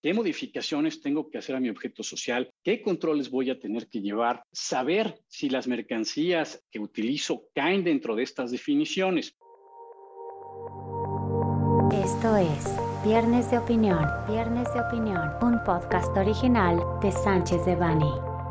qué modificaciones tengo que hacer a mi objeto social, qué controles voy a tener que llevar, saber si las mercancías que utilizo caen dentro de estas definiciones. Esto es Viernes de Opinión, un podcast original de Sánchez Devanny.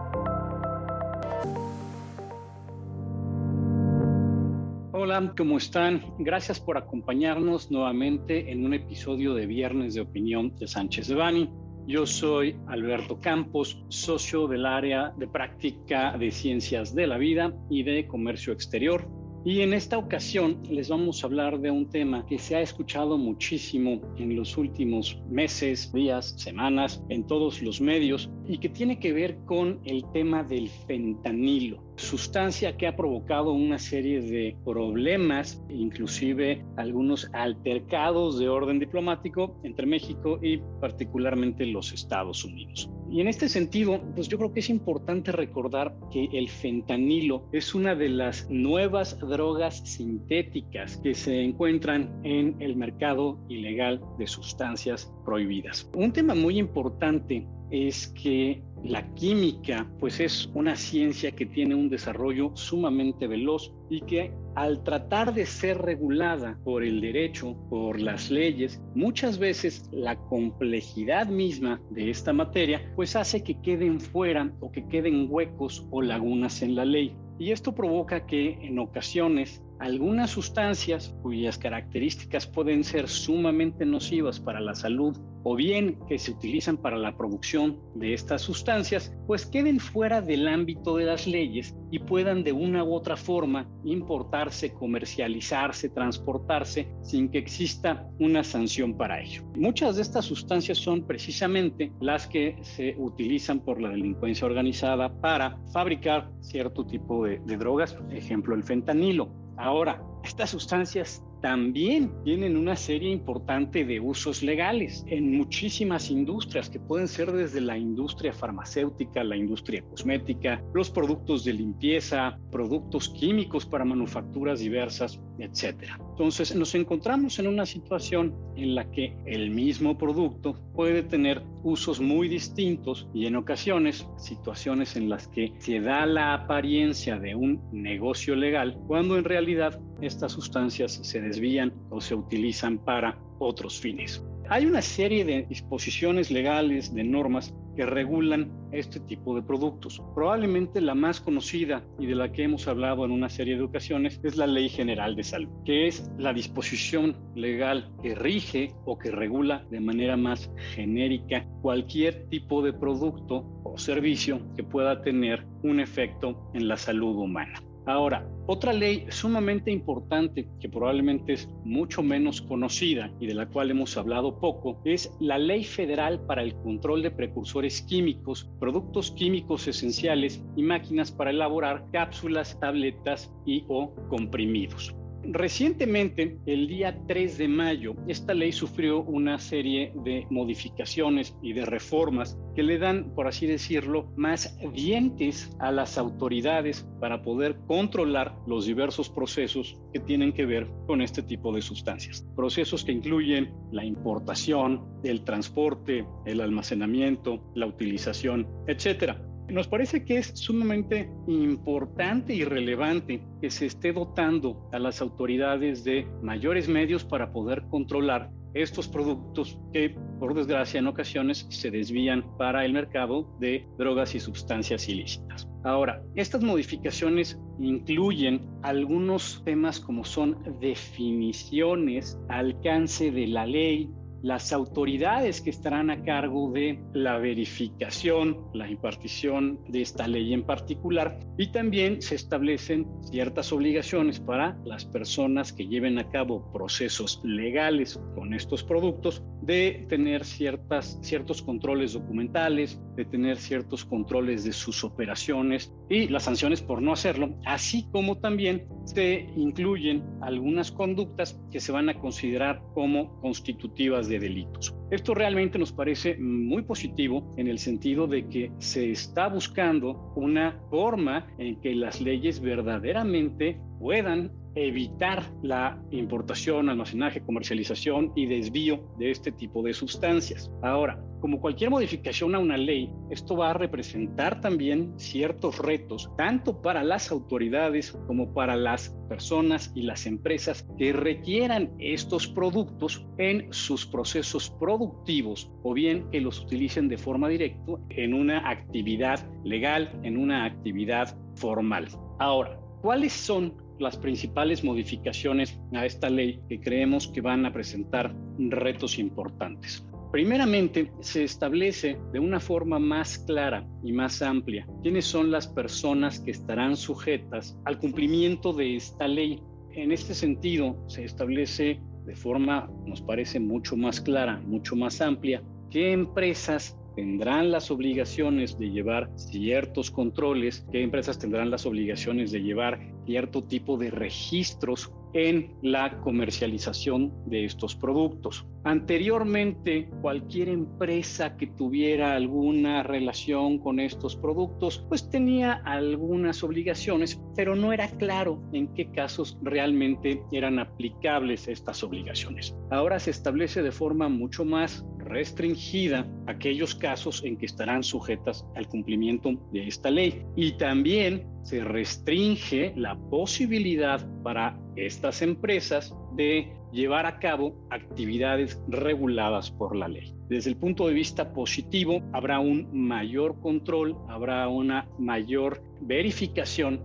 Hola, ¿cómo están? Gracias por acompañarnos nuevamente en un episodio de Viernes de Opinión de Sánchez Devanny. Yo soy Alberto Campos, socio del área de práctica de ciencias de la vida y de comercio exterior. Y en esta ocasión les vamos a hablar de un tema que se ha escuchado muchísimo en los últimos meses, días, semanas, en todos los medios y que tiene que ver con el tema del fentanilo, sustancia que ha provocado una serie de problemas, inclusive algunos altercados de orden diplomático entre México y particularmente los Estados Unidos. Y en este sentido, pues yo creo que es importante recordar que el fentanilo es una de las nuevas drogas sintéticas que se encuentran en el mercado ilegal de sustancias prohibidas. Un tema muy importante es que la química pues es una ciencia que tiene un desarrollo sumamente veloz y que al tratar de ser regulada por el derecho, por las leyes, muchas veces la complejidad misma de esta materia pues hace que queden fuera o que queden huecos o lagunas en la ley. Y esto provoca que en ocasiones algunas sustancias cuyas características pueden ser sumamente nocivas para la salud o bien que se utilizan para la producción de estas sustancias, pues queden fuera del ámbito de las leyes y puedan de una u otra forma importarse, comercializarse, transportarse sin que exista una sanción para ello. Muchas de estas sustancias son precisamente las que se utilizan por la delincuencia organizada para fabricar cierto tipo de drogas, ejemplo el fentanilo. Ahora, estas sustancias también tienen una serie importante de usos legales en muchísimas industrias que pueden ser desde la industria farmacéutica, la industria cosmética, los productos de limpieza, productos químicos para manufacturas diversas, etc. Entonces, nos encontramos en una situación en la que el mismo producto puede tener usos muy distintos y en ocasiones situaciones en las que se da la apariencia de un negocio legal cuando en realidad estas sustancias se desvían o se utilizan para otros fines. Hay una serie de disposiciones legales, de normas que regulan este tipo de productos. Probablemente la más conocida y de la que hemos hablado en una serie de ocasiones es la Ley General de Salud, que es la disposición legal que rige o que regula de manera más genérica cualquier tipo de producto o servicio que pueda tener un efecto en la salud humana. Ahora, otra ley sumamente importante que probablemente es mucho menos conocida y de la cual hemos hablado poco es la Ley Federal para el Control de Precursores Químicos, Productos Químicos Esenciales y Máquinas para elaborar cápsulas, tabletas y o comprimidos. Recientemente, el día 3 de mayo, esta ley sufrió una serie de modificaciones y de reformas que le dan, por así decirlo, más dientes a las autoridades para poder controlar los diversos procesos que tienen que ver con este tipo de sustancias. Procesos que incluyen la importación, el transporte, el almacenamiento, la utilización, etcétera. Nos parece que es sumamente importante y relevante que se esté dotando a las autoridades de mayores medios para poder controlar estos productos que, por desgracia, en ocasiones se desvían para el mercado de drogas y sustancias ilícitas. Ahora, estas modificaciones incluyen algunos temas como son definiciones, alcance de la ley, las autoridades que estarán a cargo de la verificación, la impartición de esta ley en particular, y también se establecen ciertas obligaciones para las personas que lleven a cabo procesos legales con estos productos de tener ciertos controles documentales, de tener ciertos controles de sus operaciones y las sanciones por no hacerlo, así como también se incluyen algunas conductas que se van a considerar como constitutivas de delitos. Esto realmente nos parece muy positivo en el sentido de que se está buscando una forma en que las leyes verdaderamente puedan evitar la importación, almacenaje, comercialización y desvío de este tipo de sustancias. Ahora, como cualquier modificación a una ley, esto va a representar también ciertos retos, tanto para las autoridades como para las personas y las empresas que requieran estos productos en sus procesos productivos o bien que los utilicen de forma directa en una actividad legal, en una actividad formal. Ahora, ¿cuáles son las principales modificaciones a esta ley que creemos que van a presentar retos importantes? Primeramente, se establece de una forma más clara y más amplia quiénes son las personas que estarán sujetas al cumplimiento de esta ley. En este sentido, se establece de forma, nos parece, mucho más clara, mucho más amplia, qué empresas tendrán las obligaciones de llevar ciertos controles, qué empresas tendrán las obligaciones de llevar cierto tipo de registros en la comercialización de estos productos. Anteriormente, cualquier empresa que tuviera alguna relación con estos productos, pues tenía algunas obligaciones, pero no era claro en qué casos realmente eran aplicables estas obligaciones. Ahora se establece de forma mucho más restringida aquellos casos en que estarán sujetas al cumplimiento de esta ley. Y también se restringe la posibilidad para estas empresas de llevar a cabo actividades reguladas por la ley. Desde el punto de vista positivo, habrá un mayor control, habrá una mayor verificación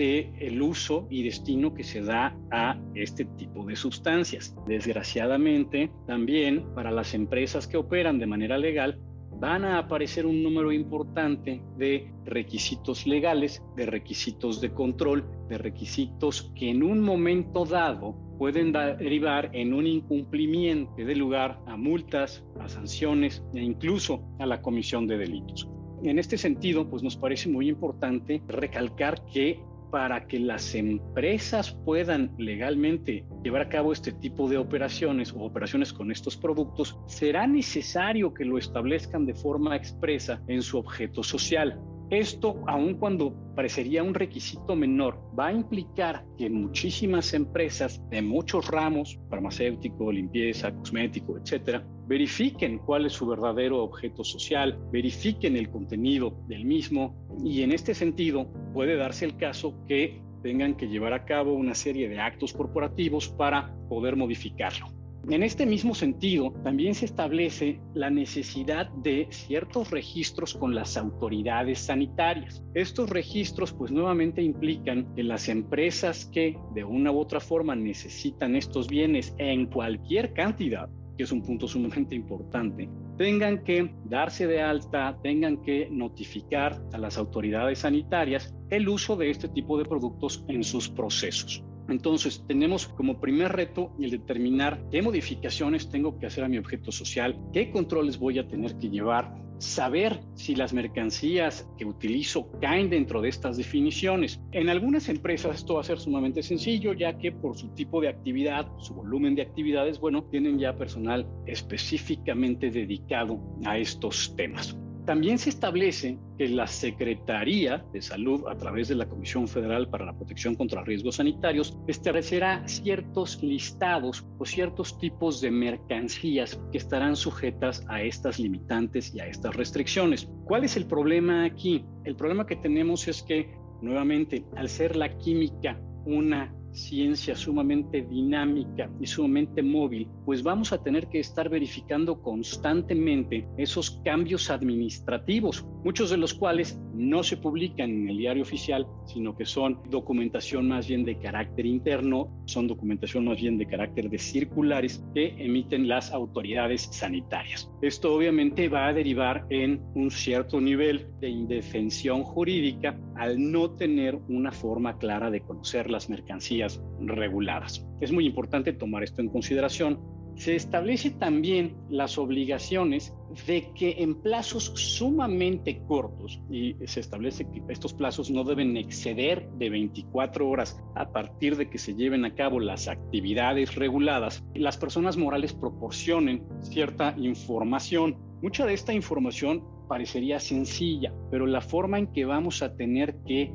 del uso y destino que se da a este tipo de sustancias. Desgraciadamente, también para las empresas que operan de manera legal, van a aparecer un número importante de requisitos legales, de requisitos de control, de requisitos que en un momento dado pueden derivar en un incumplimiento que dé lugar a multas, a sanciones e incluso a la comisión de delitos. En este sentido, pues nos parece muy importante recalcar que para que las empresas puedan legalmente llevar a cabo este tipo de operaciones o operaciones con estos productos, será necesario que lo establezcan de forma expresa en su objeto social. Esto, aun cuando parecería un requisito menor, va a implicar que muchísimas empresas de muchos ramos, farmacéutico, limpieza, cosmético, etcétera, verifiquen cuál es su verdadero objeto social, verifiquen el contenido del mismo y en este sentido puede darse el caso que tengan que llevar a cabo una serie de actos corporativos para poder modificarlo. En este mismo sentido, también se establece la necesidad de ciertos registros con las autoridades sanitarias. Estos registros, pues nuevamente implican que las empresas que de una u otra forma necesitan estos bienes en cualquier cantidad, que es un punto sumamente importante, tengan que darse de alta, tengan que notificar a las autoridades sanitarias el uso de este tipo de productos en sus procesos. Entonces, tenemos como primer reto el determinar qué modificaciones tengo que hacer a mi objeto social, qué controles voy a tener que llevar, saber si las mercancías que utilizo caen dentro de estas definiciones. En algunas empresas esto va a ser sumamente sencillo, ya que por su tipo de actividad, su volumen de actividades, tienen ya personal específicamente dedicado a estos temas. También se establece que la Secretaría de Salud, a través de la Comisión Federal para la Protección contra Riesgos Sanitarios, establecerá ciertos listados o ciertos tipos de mercancías que estarán sujetas a estas limitantes y a estas restricciones. ¿Cuál es el problema aquí? El problema que tenemos es que, nuevamente, al ser la química una ciencia sumamente dinámica y sumamente móvil, pues vamos a tener que estar verificando constantemente esos cambios administrativos, muchos de los cuales no se publican en el diario oficial, sino que son documentación más bien de carácter interno, son documentación más bien de carácter de circulares que emiten las autoridades sanitarias. Esto obviamente va a derivar en un cierto nivel de indefensión jurídica al no tener una forma clara de conocer las mercancías reguladas. Es muy importante tomar esto en consideración. Se establece también las obligaciones de que en plazos sumamente cortos, y se establece que estos plazos no deben exceder de 24 horas a partir de que se lleven a cabo las actividades reguladas, las personas morales proporcionen cierta información. Mucha de esta información parecería sencilla, pero la forma en que vamos a tener que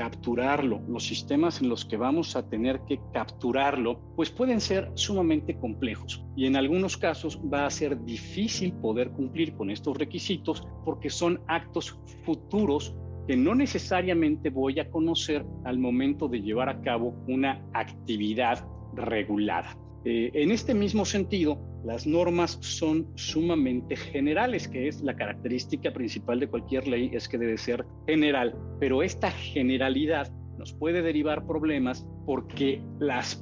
capturarlo, los sistemas en los que vamos a tener que capturarlo, pues pueden ser sumamente complejos y en algunos casos va a ser difícil poder cumplir con estos requisitos porque son actos futuros que no necesariamente voy a conocer al momento de llevar a cabo una actividad regulada. En este mismo sentido, las normas son sumamente generales, que es la característica principal de cualquier ley, es que debe ser general, pero esta generalidad nos puede derivar problemas porque las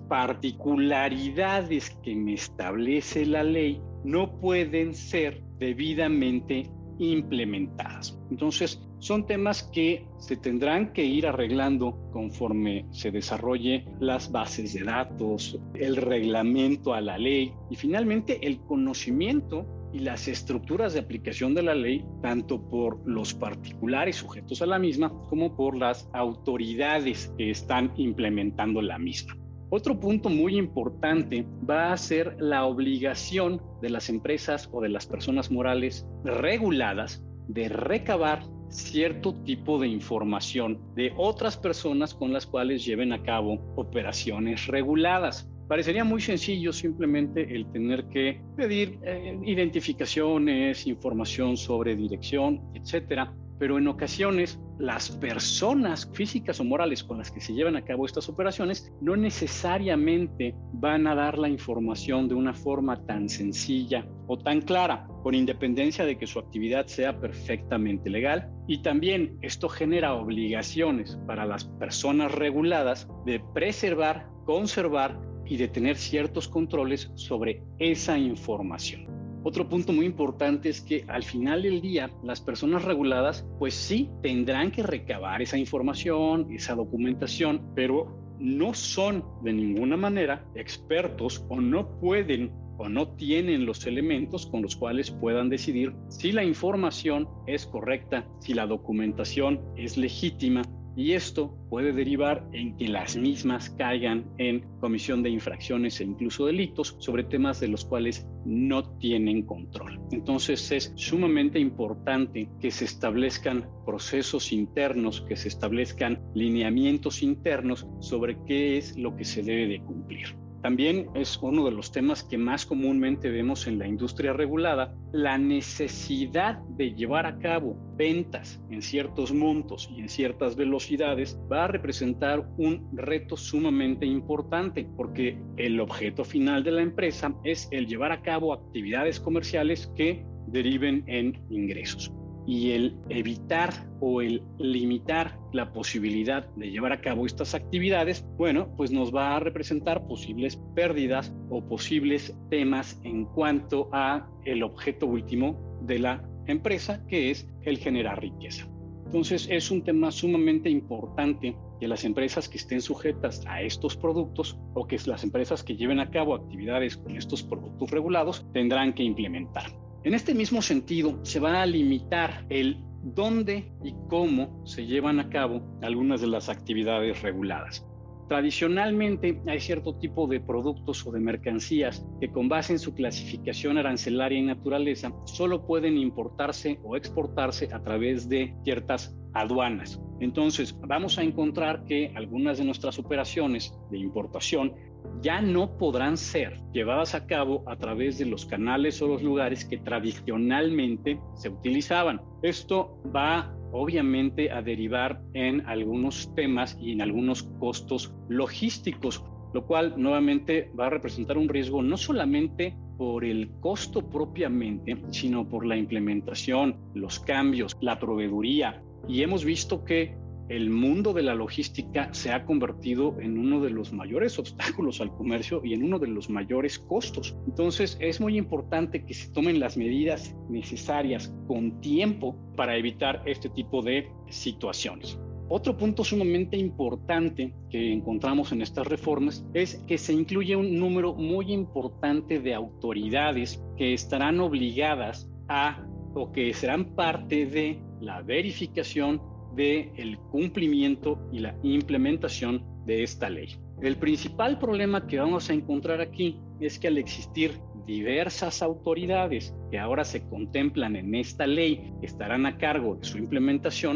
particularidades que me establece la ley no pueden ser debidamente implementadas. Entonces, son temas que se tendrán que ir arreglando conforme se desarrolle las bases de datos, el reglamento a la ley y finalmente el conocimiento y las estructuras de aplicación de la ley, tanto por los particulares sujetos a la misma como por las autoridades que están implementando la misma. Otro punto muy importante va a ser la obligación de las empresas o de las personas morales reguladas de recabar cierto tipo de información de otras personas con las cuales lleven a cabo operaciones reguladas. Parecería muy sencillo simplemente el tener que pedir identificaciones, información sobre dirección, etcétera, pero en ocasiones las personas físicas o morales con las que se llevan a cabo estas operaciones no necesariamente van a dar la información de una forma tan sencilla o tan clara, con independencia de que su actividad sea perfectamente legal. Y también esto genera obligaciones para las personas reguladas de preservar, conservar y de tener ciertos controles sobre esa información. Otro punto muy importante es que al final del día las personas reguladas pues sí tendrán que recabar esa información, esa documentación, pero no son de ninguna manera expertos o no pueden o no tienen los elementos con los cuales puedan decidir si la información es correcta, si la documentación es legítima. Y esto puede derivar en que las mismas caigan en comisión de infracciones e incluso delitos sobre temas de los cuales no tienen control. Entonces es sumamente importante que se establezcan procesos internos, que se establezcan lineamientos internos sobre qué es lo que se debe de cumplir. También es uno de los temas que más comúnmente vemos en la industria regulada, la necesidad de llevar a cabo ventas en ciertos montos y en ciertas velocidades va a representar un reto sumamente importante porque el objeto final de la empresa es el llevar a cabo actividades comerciales que deriven en ingresos. Y el evitar o el limitar la posibilidad de llevar a cabo estas actividades, bueno, pues nos va a representar posibles pérdidas o posibles temas en cuanto a el objeto último de la empresa, que es el generar riqueza. Entonces, es un tema sumamente importante que las empresas que estén sujetas a estos productos o que las empresas que lleven a cabo actividades con estos productos regulados tendrán que implementar. En este mismo sentido, se va a limitar el dónde y cómo se llevan a cabo algunas de las actividades reguladas. Tradicionalmente hay cierto tipo de productos o de mercancías que con base en su clasificación arancelaria y naturaleza solo pueden importarse o exportarse a través de ciertas aduanas. Entonces vamos a encontrar que algunas de nuestras operaciones de importación ya no podrán ser llevadas a cabo a través de los canales o los lugares que tradicionalmente se utilizaban. Esto va obviamente a derivar en algunos temas y en algunos costos logísticos, lo cual nuevamente va a representar un riesgo no solamente por el costo propiamente, sino por la implementación, los cambios, la proveeduría. Y hemos visto que el mundo de la logística se ha convertido en uno de los mayores obstáculos al comercio y en uno de los mayores costos. Entonces, es muy importante que se tomen las medidas necesarias con tiempo para evitar este tipo de situaciones. Otro punto sumamente importante que encontramos en estas reformas es que se incluye un número muy importante de autoridades que estarán obligadas a o que serán parte de la verificación del cumplimiento y la implementación de esta ley. El principal problema que vamos a encontrar aquí es que al existir diversas autoridades que ahora se contemplan en esta ley que estarán a cargo de su implementación,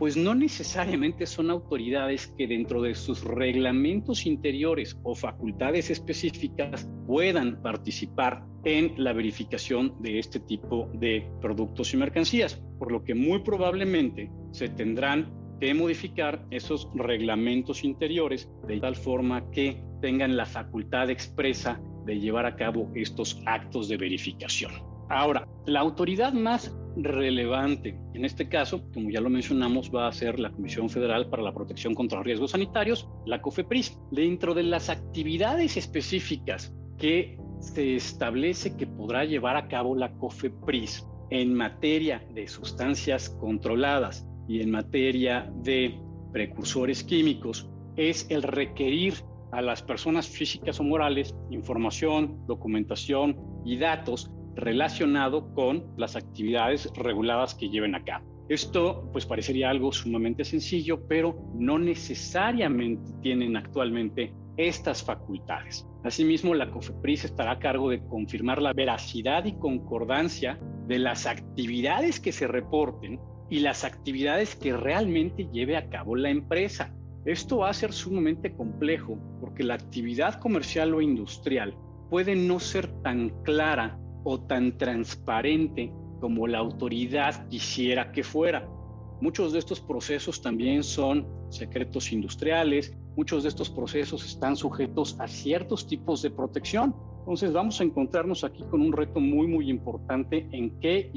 pues no necesariamente son autoridades que dentro de sus reglamentos interiores o facultades específicas puedan participar en la verificación de este tipo de productos y mercancías, por lo que muy probablemente se tendrán que modificar esos reglamentos interiores de tal forma que tengan la facultad expresa de llevar a cabo estos actos de verificación. Ahora, la autoridad más relevante en este caso, como ya lo mencionamos, va a ser la Comisión Federal para la Protección contra Riesgos Sanitarios, la COFEPRIS. Dentro de las actividades específicas que se establece que podrá llevar a cabo la COFEPRIS en materia de sustancias controladas y en materia de precursores químicos, es el requerir a las personas físicas o morales información, documentación y datos relacionado con las actividades reguladas que lleven a cabo. Esto pues parecería algo sumamente sencillo, pero no necesariamente tienen actualmente estas facultades. Asimismo, la COFEPRIS estará a cargo de confirmar la veracidad y concordancia de las actividades que se reporten y las actividades que realmente lleve a cabo la empresa. Esto va a ser sumamente complejo porque la actividad comercial o industrial puede no ser tan clara o tan transparente como la autoridad quisiera que fuera. Muchos de estos procesos también son secretos industriales, muchos de estos procesos están sujetos a ciertos tipos de protección. Entonces vamos a encontrarnos aquí con un reto muy importante en qué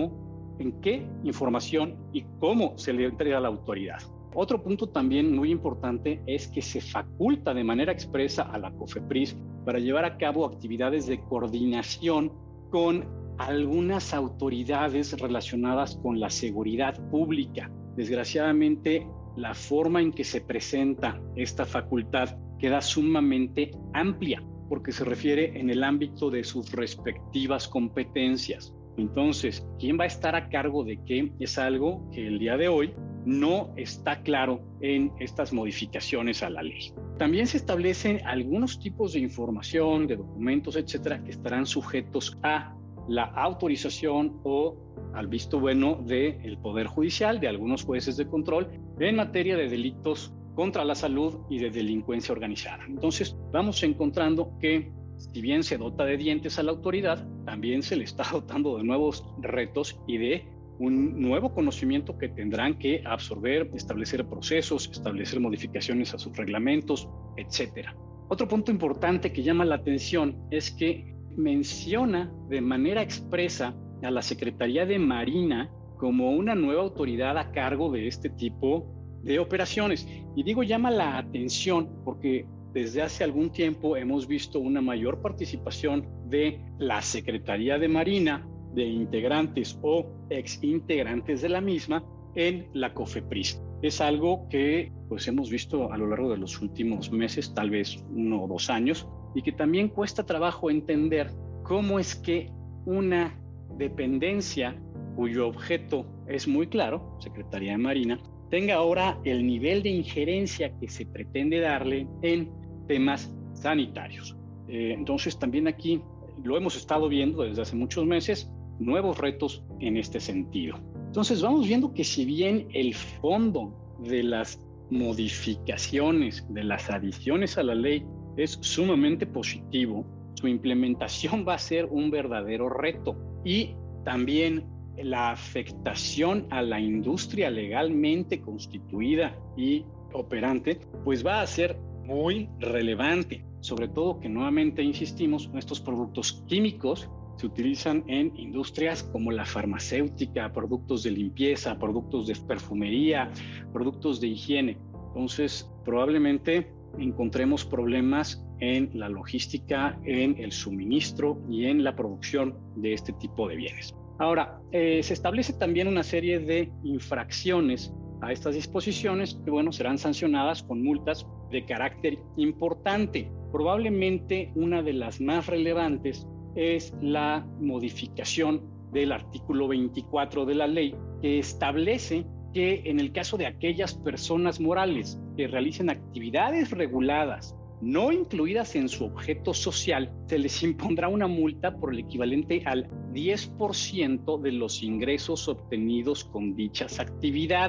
información y cómo se le entrega a la autoridad. Otro punto también muy importante es que se faculta de manera expresa a la COFEPRIS para llevar a cabo actividades de coordinación con algunas autoridades relacionadas con la seguridad pública. Desgraciadamente, la forma en que se presenta esta facultad queda sumamente amplia porque se refiere en el ámbito de sus respectivas competencias. Entonces, ¿quién va a estar a cargo de qué? Es algo que el día de hoy no está claro en estas modificaciones a la ley. También se establecen algunos tipos de información, de documentos, etcétera, que estarán sujetos a la autorización o al visto bueno del Poder Judicial, de algunos jueces de control, en materia de delitos contra la salud y de delincuencia organizada. Entonces, vamos encontrando que si bien se dota de dientes a la autoridad, también se le está dotando de nuevos retos y de un nuevo conocimiento que tendrán que absorber, establecer procesos, establecer modificaciones a sus reglamentos, etc. Otro punto importante que llama la atención es que menciona de manera expresa a la Secretaría de Marina como una nueva autoridad a cargo de este tipo de operaciones. Y digo llama la atención porque desde hace algún tiempo hemos visto una mayor participación de la Secretaría de Marina, de integrantes o exintegrantes de la misma en la COFEPRIS. Es algo que pues hemos visto a lo largo de los últimos meses, tal vez 1 o 2 años, y que también cuesta trabajo entender cómo es que una dependencia cuyo objeto es muy claro, Secretaría de Marina, tenga ahora el nivel de injerencia que se pretende darle en temas sanitarios. Entonces también aquí lo hemos estado viendo desde hace muchos meses, nuevos retos en este sentido. Entonces vamos viendo que si bien el fondo de las modificaciones, de las adiciones a la ley es sumamente positivo, su implementación va a ser un verdadero reto y también la afectación a la industria legalmente constituida y operante, pues va a ser muy relevante, sobre todo que nuevamente insistimos, estos productos químicos se utilizan en industrias como la farmacéutica, productos de limpieza, productos de perfumería, productos de higiene. Entonces, probablemente encontremos problemas en la logística, en el suministro y en la producción de este tipo de bienes. Ahora, se establece también una serie de infracciones a estas disposiciones que, bueno, serán sancionadas con multas de carácter importante. Probablemente una de las más relevantes es la modificación del artículo 24 de la ley, que establece que en el caso de aquellas personas morales que realicen actividades reguladas no incluidas en su objeto social, se les impondrá una multa por el equivalente al 10% de los ingresos obtenidos con dichas actividades.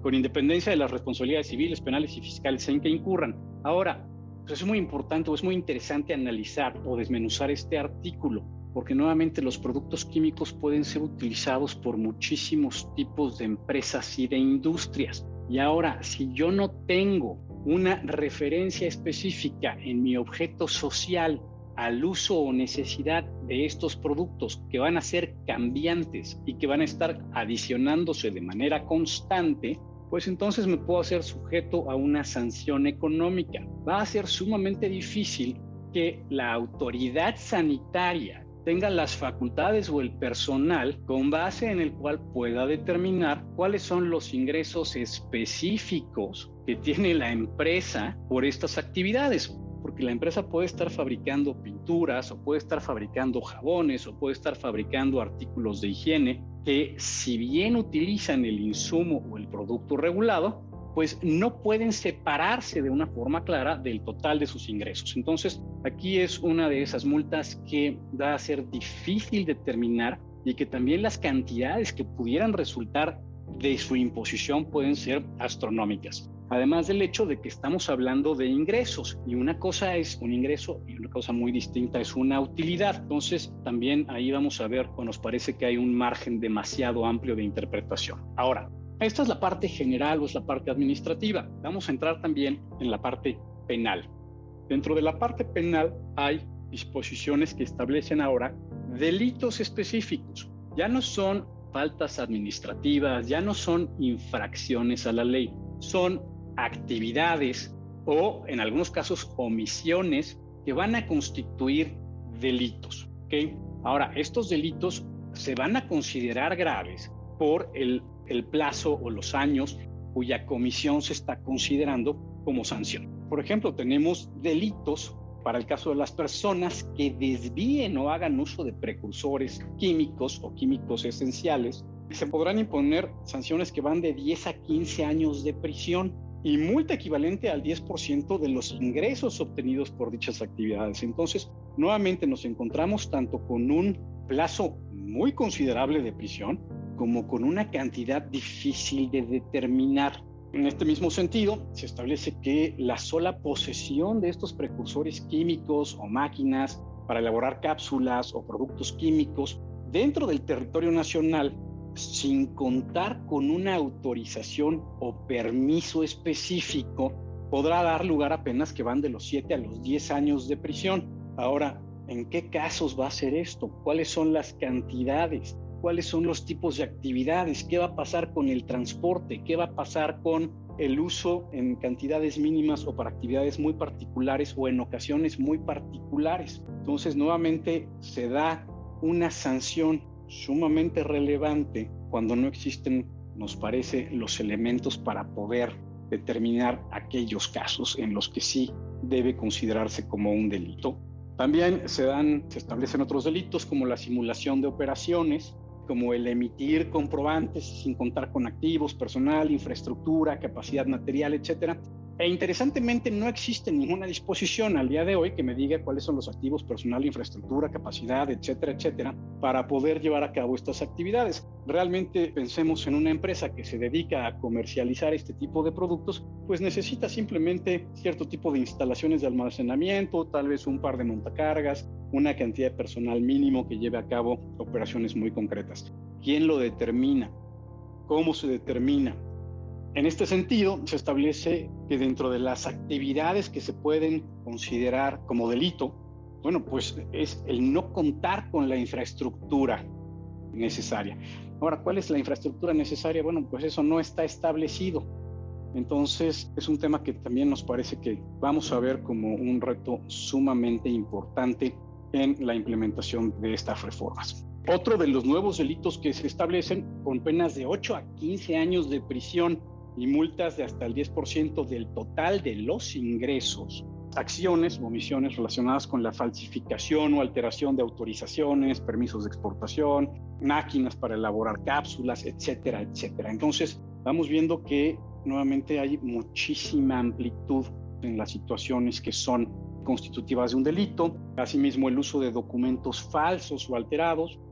con independencia de las responsabilidades civiles, penales y fiscales en que incurran. Ahora, pues es muy importante o es muy interesante analizar o desmenuzar este artículo, porque nuevamente los productos químicos pueden ser utilizados por muchísimos tipos de empresas y de industrias. Y ahora, si yo no tengo una referencia específica en mi objeto social al uso o necesidad de estos productos que van a ser cambiantes y que van a estar adicionándose de manera constante, pues entonces me puedo hacer sujeto a una sanción económica. Va a ser sumamente difícil que la autoridad sanitaria tenga las facultades o el personal con base en el cual pueda determinar cuáles son los ingresos específicos que tiene la empresa por estas actividades. Porque la empresa puede estar fabricando pinturas o puede estar fabricando jabones o puede estar fabricando artículos de higiene que, si bien utilizan el insumo o el producto regulado, pues no pueden separarse de una forma clara del total de sus ingresos. Entonces, aquí es una de esas multas que va a ser difícil determinar y que también las cantidades que pudieran resultar de su imposición pueden ser astronómicas. Además del hecho de que estamos hablando de ingresos, y una cosa es un ingreso y una cosa muy distinta es una utilidad. Entonces, también ahí vamos a ver o nos parece que hay un margen demasiado amplio de interpretación. Ahora, esta es la parte general o es la parte administrativa. Vamos a entrar también en la parte penal. Dentro de la parte penal hay disposiciones que establecen ahora delitos específicos. Ya no son faltas administrativas, ya no son infracciones a la ley, son actividades o, en algunos casos, omisiones que van a constituir delitos. ¿Okay? Ahora, estos delitos se van a considerar graves por el plazo o los años cuya comisión se está considerando como sanción. Por ejemplo, tenemos delitos para el caso de las personas que desvíen o hagan uso de precursores químicos o químicos esenciales. Se podrán imponer sanciones que van de 10 a 15 años de prisión y multa equivalente al 10% de los ingresos obtenidos por dichas actividades. Entonces, nuevamente nos encontramos tanto con un plazo muy considerable de prisión como con una cantidad difícil de determinar. En este mismo sentido, se establece que la sola posesión de estos precursores químicos o máquinas para elaborar cápsulas o productos químicos dentro del territorio nacional, sin contar con una autorización o permiso específico, podrá dar lugar a penas que van de los 7 a los 10 años de prisión. Ahora, ¿en qué casos va a ser esto? ¿Cuáles son las cantidades? ¿Cuáles son los tipos de actividades? ¿Qué va a pasar con el transporte? ¿Qué va a pasar con el uso en cantidades mínimas o para actividades muy particulares o en ocasiones muy particulares? Entonces, nuevamente se da una sanción sumamente relevante cuando no existen, nos parece, los elementos para poder determinar aquellos casos en los que sí debe considerarse como un delito. También se establecen otros delitos como la simulación de operaciones, como el emitir comprobantes sin contar con activos, personal, infraestructura, capacidad material, etcétera. E interesantemente no existe ninguna disposición al día de hoy que me diga cuáles son los activos, personal, infraestructura, capacidad, etcétera, etcétera, para poder llevar a cabo estas actividades. Realmente pensemos en una empresa que se dedica a comercializar este tipo de productos, pues necesita simplemente cierto tipo de instalaciones de almacenamiento, tal vez un par de montacargas, una cantidad de personal mínimo que lleve a cabo operaciones muy concretas. ¿Quién lo determina? ¿Cómo se determina? En este sentido, se establece que dentro de las actividades que se pueden considerar como delito, bueno, pues es el no contar con la infraestructura necesaria. Ahora, ¿cuál es la infraestructura necesaria? Bueno, pues eso no está establecido. Entonces, es un tema que también nos parece que vamos a ver como un reto sumamente importante en la implementación de estas reformas. Otro de los nuevos delitos que se establecen con penas de 8 a 15 años de prisión y multas de hasta el 10% del total de los ingresos, acciones o omisiones relacionadas con la falsificación o alteración de autorizaciones, permisos de exportación, máquinas para elaborar cápsulas, etcétera, etcétera. Entonces, vamos viendo que nuevamente hay muchísima amplitud en las situaciones que son constitutivas de un delito. Asimismo, el uso de documentos falsos o alterados,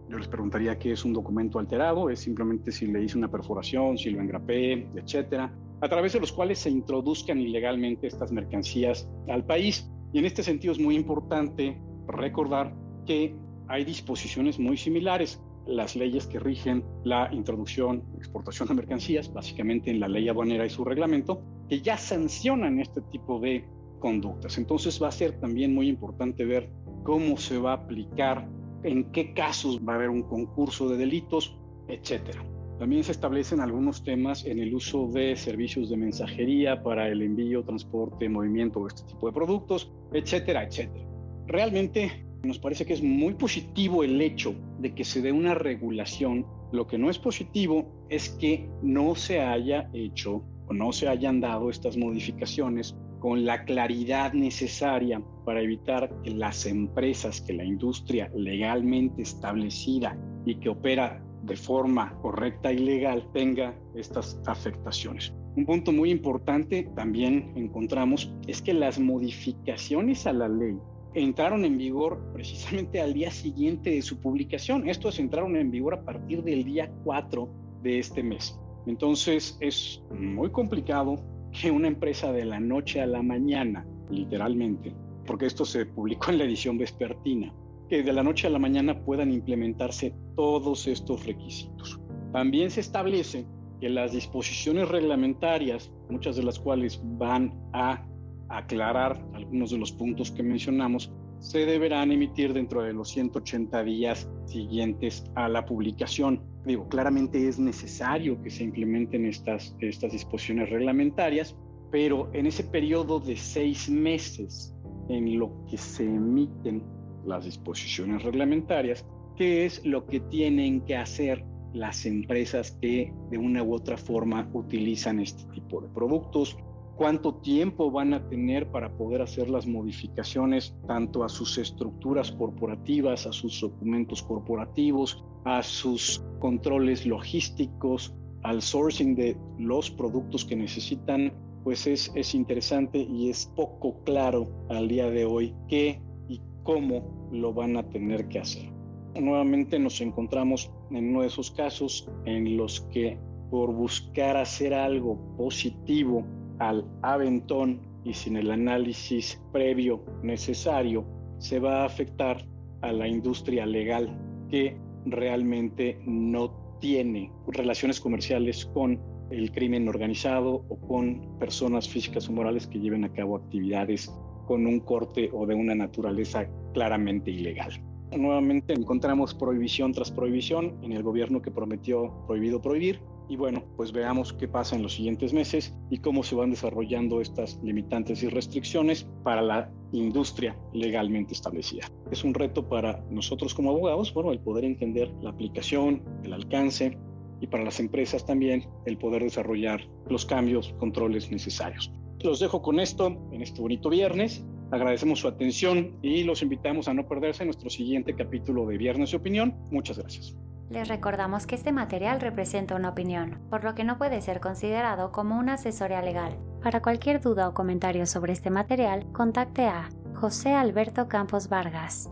Yo les preguntaría qué es un documento alterado, es simplemente si le hice una perforación, si lo engrapé, etcétera, a través de los cuales se introduzcan ilegalmente estas mercancías al país. Y en este sentido es muy importante recordar que hay disposiciones muy similares. Las leyes que rigen la introducción y exportación de mercancías, básicamente en la ley aduanera y su reglamento, que ya sancionan este tipo de conductas. Entonces va a ser también muy importante ver cómo se va a aplicar, en qué casos va a haber un concurso de delitos, etcétera. También se establecen algunos temas en el uso de servicios de mensajería para el envío, transporte, movimiento de este tipo de productos, etcétera, etcétera. Realmente nos parece que es muy positivo el hecho de que se dé una regulación. Lo que no es positivo es que no se haya hecho o no se hayan dado estas modificaciones con la claridad necesaria para evitar que las empresas, que la industria legalmente establecida y que opera de forma correcta y legal tenga estas afectaciones. Un punto muy importante también encontramos es que las modificaciones a la ley entraron en vigor precisamente al día siguiente de su publicación. Estos entraron en vigor a partir del día 4 de este mes. Entonces es muy complicado que una empresa de la noche a la mañana, literalmente, porque esto se publicó en la edición vespertina, que de la noche a la mañana puedan implementarse todos estos requisitos. También se establece que las disposiciones reglamentarias, muchas de las cuales van a aclarar algunos de los puntos que mencionamos, se deberán emitir dentro de los 180 días siguientes a la publicación. Digo, claramente es necesario que se implementen estas disposiciones reglamentarias, pero en ese periodo de 6 meses en lo que se emiten las disposiciones reglamentarias, ¿qué es lo que tienen que hacer las empresas que de una u otra forma utilizan este tipo de productos? ¿Cuánto tiempo van a tener para poder hacer las modificaciones tanto a sus estructuras corporativas, a sus documentos corporativos, a sus controles logísticos, al sourcing de los productos que necesitan? Pues es interesante y es poco claro al día de hoy qué y cómo lo van a tener que hacer. Nuevamente nos encontramos en uno de esos casos en los que por buscar hacer algo positivo al aventón y sin el análisis previo necesario, se va a afectar a la industria legal que realmente no tiene relaciones comerciales con el crimen organizado o con personas físicas o morales que lleven a cabo actividades con un corte o de una naturaleza claramente ilegal. Nuevamente encontramos prohibición tras prohibición en el gobierno que prometió prohibido prohibir. Y bueno, pues veamos qué pasa en los siguientes meses y cómo se van desarrollando estas limitantes y restricciones para la industria legalmente establecida. Es un reto para nosotros como abogados, bueno, el poder entender la aplicación, el alcance, y para las empresas también el poder desarrollar los cambios, controles necesarios. Los dejo con esto en este bonito viernes. Agradecemos su atención y los invitamos a no perderse nuestro siguiente capítulo de Viernes de Opinión. Muchas gracias. Les recordamos que este material representa una opinión, por lo que no puede ser considerado como una asesoría legal. Para cualquier duda o comentario sobre este material, contacte a José Alberto Campos Vargas,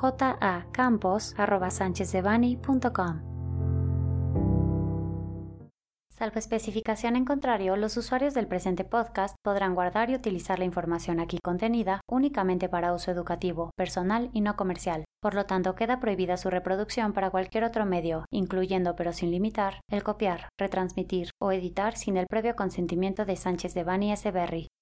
jacampos@sanchezdevani.com. Salvo especificación en contrario, los usuarios del presente podcast podrán guardar y utilizar la información aquí contenida únicamente para uso educativo, personal y no comercial. Por lo tanto, queda prohibida su reproducción para cualquier otro medio, incluyendo pero sin limitar, el copiar, retransmitir o editar sin el previo consentimiento de Sánchez Devanny S. Berry.